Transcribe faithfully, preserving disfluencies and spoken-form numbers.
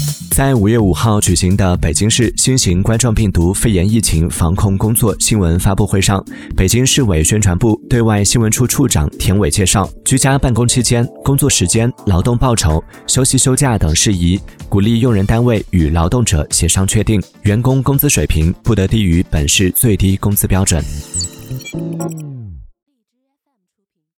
在五月五号举行的北京市新型冠状病毒肺炎疫情防控工作新闻发布会上，北京市委宣传部对外新闻处处长田伟介绍，居家办公期间工作时间、劳动报酬、休息休假等事宜，鼓励用人单位与劳动者协商确定，员工工资水平不得低于本市最低工资标准。